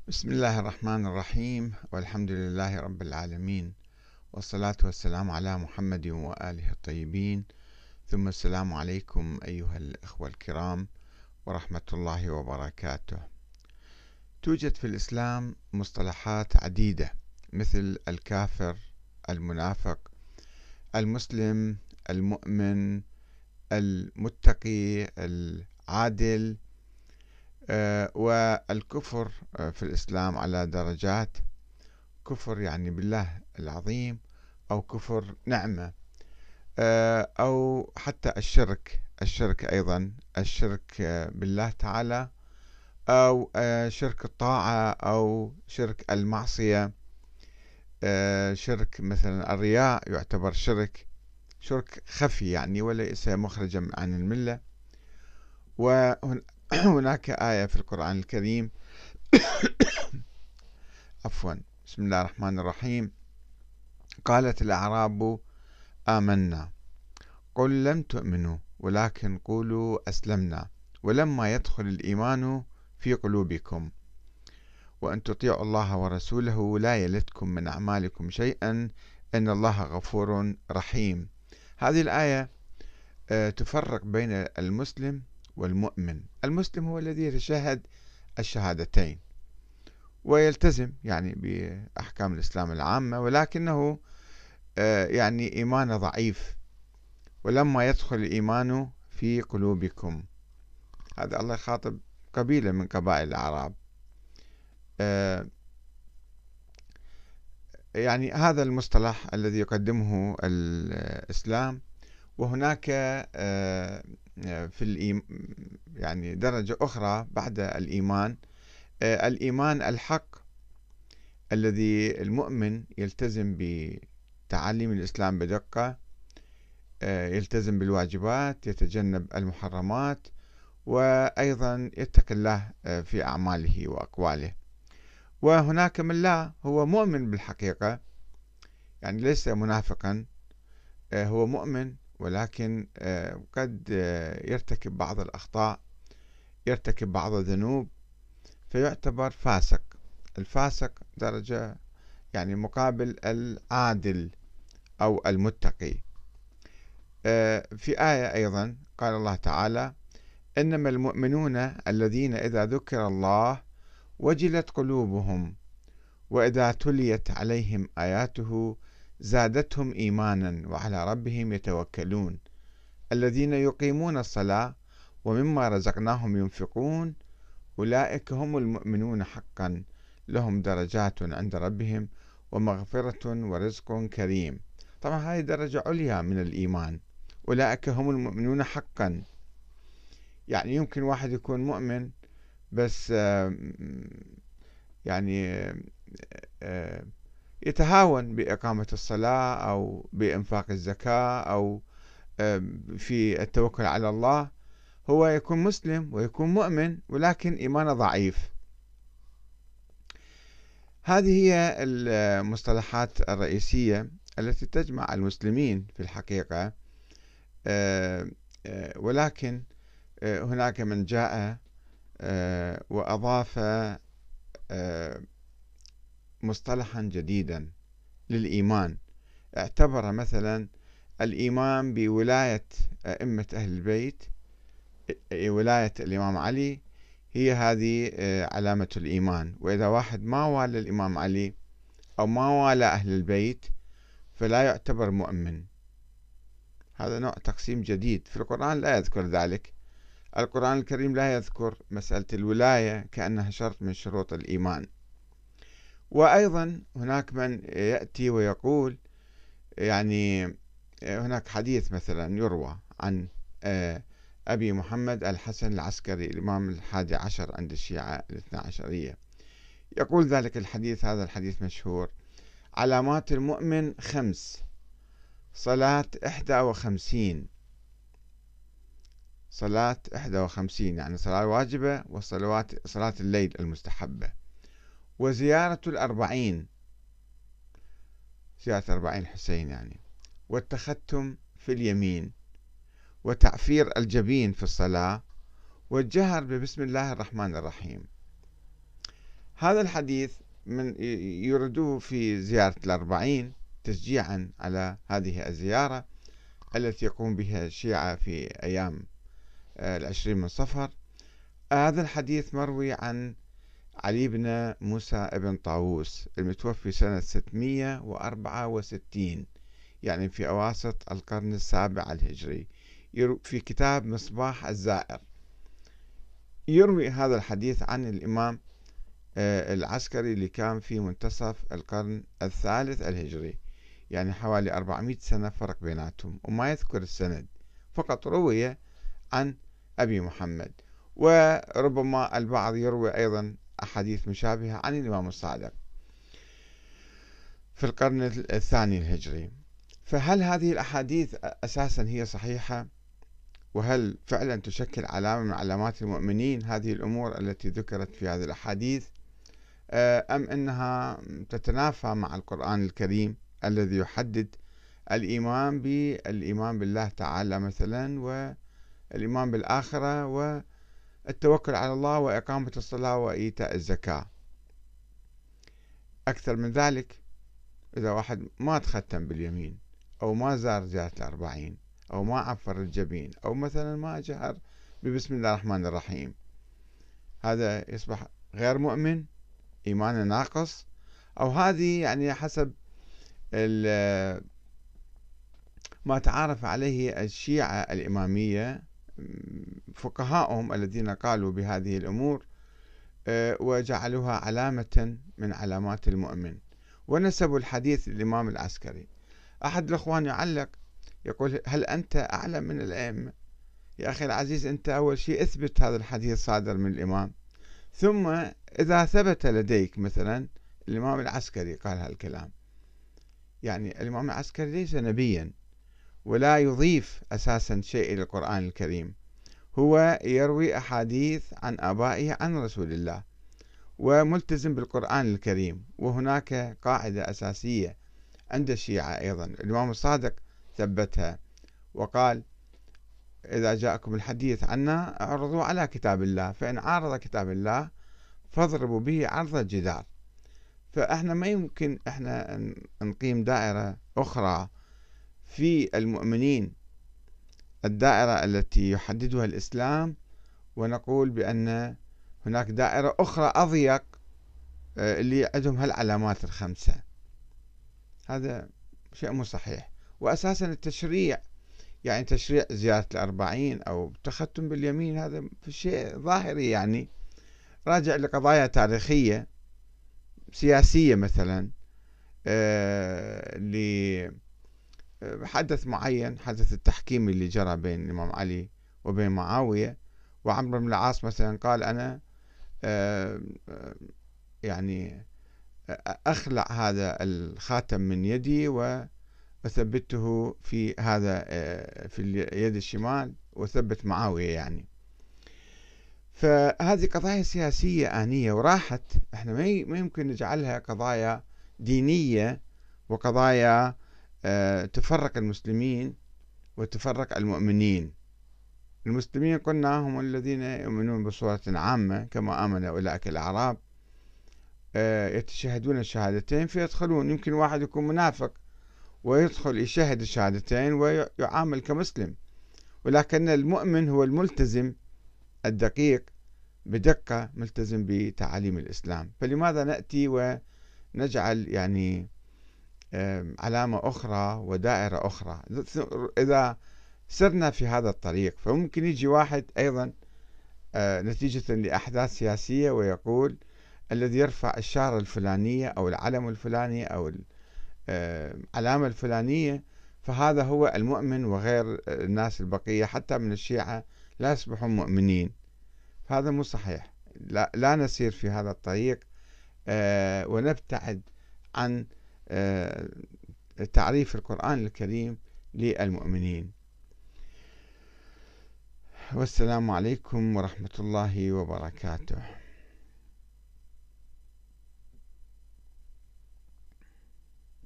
بسم الله الرحمن الرحيم، والحمد لله رب العالمين، والصلاة والسلام على محمد وآله الطيبين، ثم السلام عليكم أيها الأخوة الكرام ورحمة الله وبركاته. توجد في الإسلام مصطلحات عديدة مثل الكافر، المنافق، المسلم، المؤمن، المتقي، العادل، والكفر في الإسلام على درجات. كفر يعني بالله العظيم، أو كفر نعمة، أو حتى الشرك أيضا، الشرك بالله تعالى، أو شرك الطاعة، أو شرك المعصية. شرك مثلا الرياء يعتبر شرك خفي يعني، وليس مخرجا عن الملة. وهناك آية في القرآن الكريم عفوا بسم الله الرحمن الرحيم: قالت الأعراب آمنا قل لم تؤمنوا ولكن قولوا أسلمنا ولما يدخل الإيمان في قلوبكم وأن تطيعوا الله ورسوله لا يلتكم من أعمالكم شيئا إن الله غفور رحيم. هذه الآية تفرق بين المسلم والمؤمن. المسلم هو الذي يتشهد الشهادتين ويلتزم يعني بأحكام الإسلام العامة، ولكنه يعني إيمانه ضعيف. ولما يدخل الإيمان في قلوبكم، هذا الله يخاطب قبيلة من قبائل الأعراب. يعني هذا المصطلح الذي يقدمه الإسلام. وهناك في يعني درجة أخرى بعد الإيمان، الإيمان الحق الذي المؤمن يلتزم بتعاليم الإسلام بدقة، يلتزم بالواجبات، يتجنب المحرمات، وأيضا يتقي الله في أعماله وأقواله. وهناك من لا، هو مؤمن بالحقيقة، يعني ليس منافقا، هو مؤمن ولكن قد يرتكب بعض الأخطاء، يرتكب بعض الذنوب، فيعتبر فاسق. الفاسق درجة يعني مقابل العادل أو المتقي. في آية أيضا قال الله تعالى: إنما المؤمنون الذين إذا ذكر الله وجلت قلوبهم وإذا تليت عليهم آياته زادتهم إيمانا وعلى ربهم يتوكلون الذين يقيمون الصلاة ومما رزقناهم ينفقون أولئك هم المؤمنون حقا لهم درجات عند ربهم ومغفرة ورزق كريم. طبعا هذه درجة عليا من الإيمان، أولئك هم المؤمنون حقا. يعني يمكن واحد يكون مؤمن بس يعني يتهاون بإقامة الصلاة أو بإنفاق الزكاة أو في التوكل على الله. هو يكون مسلم ويكون مؤمن ولكن إيمانه ضعيف. هذه هي المصطلحات الرئيسية التي تجمع المسلمين في الحقيقة. ولكن هناك من جاء وأضاف مصطلحا جديدا للإيمان. اعتبر مثلا الإيمان بولاية أئمة أهل البيت، ولاية الإمام علي هي هذه علامة الإيمان، وإذا واحد ما والى الإمام علي أو ما والى أهل البيت فلا يعتبر مؤمن. هذا نوع تقسيم جديد، في القرآن لا يذكر ذلك. القرآن الكريم لا يذكر مسألة الولاية كأنها شرط من شروط الإيمان. وأيضا هناك من يأتي ويقول، يعني هناك حديث مثلا يروى عن أبي محمد الحسن العسكري الإمام 11 عند الشيعة 12، يقول ذلك الحديث، هذا الحديث مشهور: علامات المؤمن 5، صلاة 51، صلاة 51 يعني صلاة واجبة، صلاة الليل المستحبة، وزيارة 40، زيارة 40 حسين يعني، والتختم في اليمين، وتعفير الجبين في الصلاة، والجهر ببسم الله الرحمن الرحيم. هذا الحديث من يردوه في زيارة الأربعين تشجيعا على هذه الزيارة التي يقوم بها الشيعة في أيام 20 من صفر. هذا الحديث مروي عن علي بن موسى بن طاووس المتوفي سنة 664، يعني في أواسط القرن السابع الهجري، في كتاب مصباح الزائر. يروي هذا الحديث عن الإمام العسكري اللي كان في منتصف القرن الثالث الهجري، يعني حوالي 400 سنة فرق بيناتهم، وما يذكر السند، فقط روي عن أبي محمد. وربما البعض يروي أيضا أحاديث مشابهة عن الإمام الصادق في القرن الثاني الهجري. فهل هذه الأحاديث أساسا هي صحيحة؟ وهل فعلا تشكل علامة من علامات المؤمنين هذه الأمور التي ذكرت في هذه الأحاديث، أم أنها تتنافى مع القرآن الكريم الذي يحدد الإيمان بالله تعالى مثلا، والإيمان بالآخرة، والتوكل على الله، وإقامة الصلاة، وإيتاء الزكاة؟ أكثر من ذلك، إذا واحد ما تختم باليمين، أو ما زار زيارة الأربعين، أو ما عفر الجبين، أو مثلا ما جهر ببسم الله الرحمن الرحيم، هذا يصبح غير مؤمن، إيمانه ناقص. أو هذه يعني حسب ما تعارف عليه الشيعة الإمامية فقهاءهم الذين قالوا بهذه الأمور، وجعلوها علامة من علامات المؤمن، ونسبوا الحديث للإمام العسكري. أحد الأخوان يعلق يقول: هل أنت أعلم من الأئمة؟ يا أخي العزيز، أنت أول شيء اثبت هذا الحديث صادر من الإمام، ثم إذا ثبت لديك مثلا الإمام العسكري قال هالكلام، يعني الإمام العسكري ليس نبيا ولا يضيف أساسا شيء إلى القرآن الكريم، هو يروي أحاديث عن آبائه عن رسول الله، وملتزم بالقرآن الكريم. وهناك قاعدة أساسية عند الشيعة أيضا الإمام الصادق ثبتها وقال: إذا جاءكم الحديث عنا اعرضوا على كتاب الله، فإن عارض كتاب الله فاضربوا به عرض الجدار. فإحنا ما يمكن إحنا نقيم دائرة أخرى في المؤمنين، الدائرة التي يحددها الإسلام، ونقول بأن هناك دائرة أخرى أضيق اللي عندهم هالعلامات الخمسة. هذا شيء مو صحيح. وأساسا التشريع، يعني تشريع زيارة الأربعين أو التختم باليمين، هذا شيء ظاهري، يعني راجع لقضايا تاريخية سياسية مثلا، لحدث معين، حدث التحكيم اللي جرى بين الإمام علي وبين معاوية، وعمرو بن العاص مثلا قال: أنا يعني أخلع هذا الخاتم من يدي وثبته في هذا في اليد الشمال، وثبت معاوية يعني. فهذه قضايا سياسية آنية وراحت. احنا ما يمكن نجعلها قضايا دينية وقضايا تفرق المسلمين وتفرق المؤمنين. المسلمين قلنا هم الذين يؤمنون بصورة عامة كما آمن أولئك الأعراب، يتشهدون الشهادتين فيدخلون. يمكن واحد يكون منافق ويدخل يشهد الشهادتين ويعامل كمسلم، ولكن المؤمن هو الملتزم الدقيق بدقة، ملتزم بتعاليم الإسلام. فلماذا نأتي ونجعل يعني علامة أخرى ودائرة أخرى؟ إذا سرنا في هذا الطريق فممكن يجي واحد أيضا نتيجة لأحداث سياسية ويقول: الذي يرفع الشارة الفلانية أو العلم الفلاني أو العلامة الفلانية فهذا هو المؤمن، وغير الناس البقية حتى من الشيعة لا يصبحون مؤمنين. هذا مو صحيح. لا نسير في هذا الطريق، ونبتعد عن تعريف القرآن الكريم للمؤمنين. والسلام عليكم ورحمة الله وبركاته.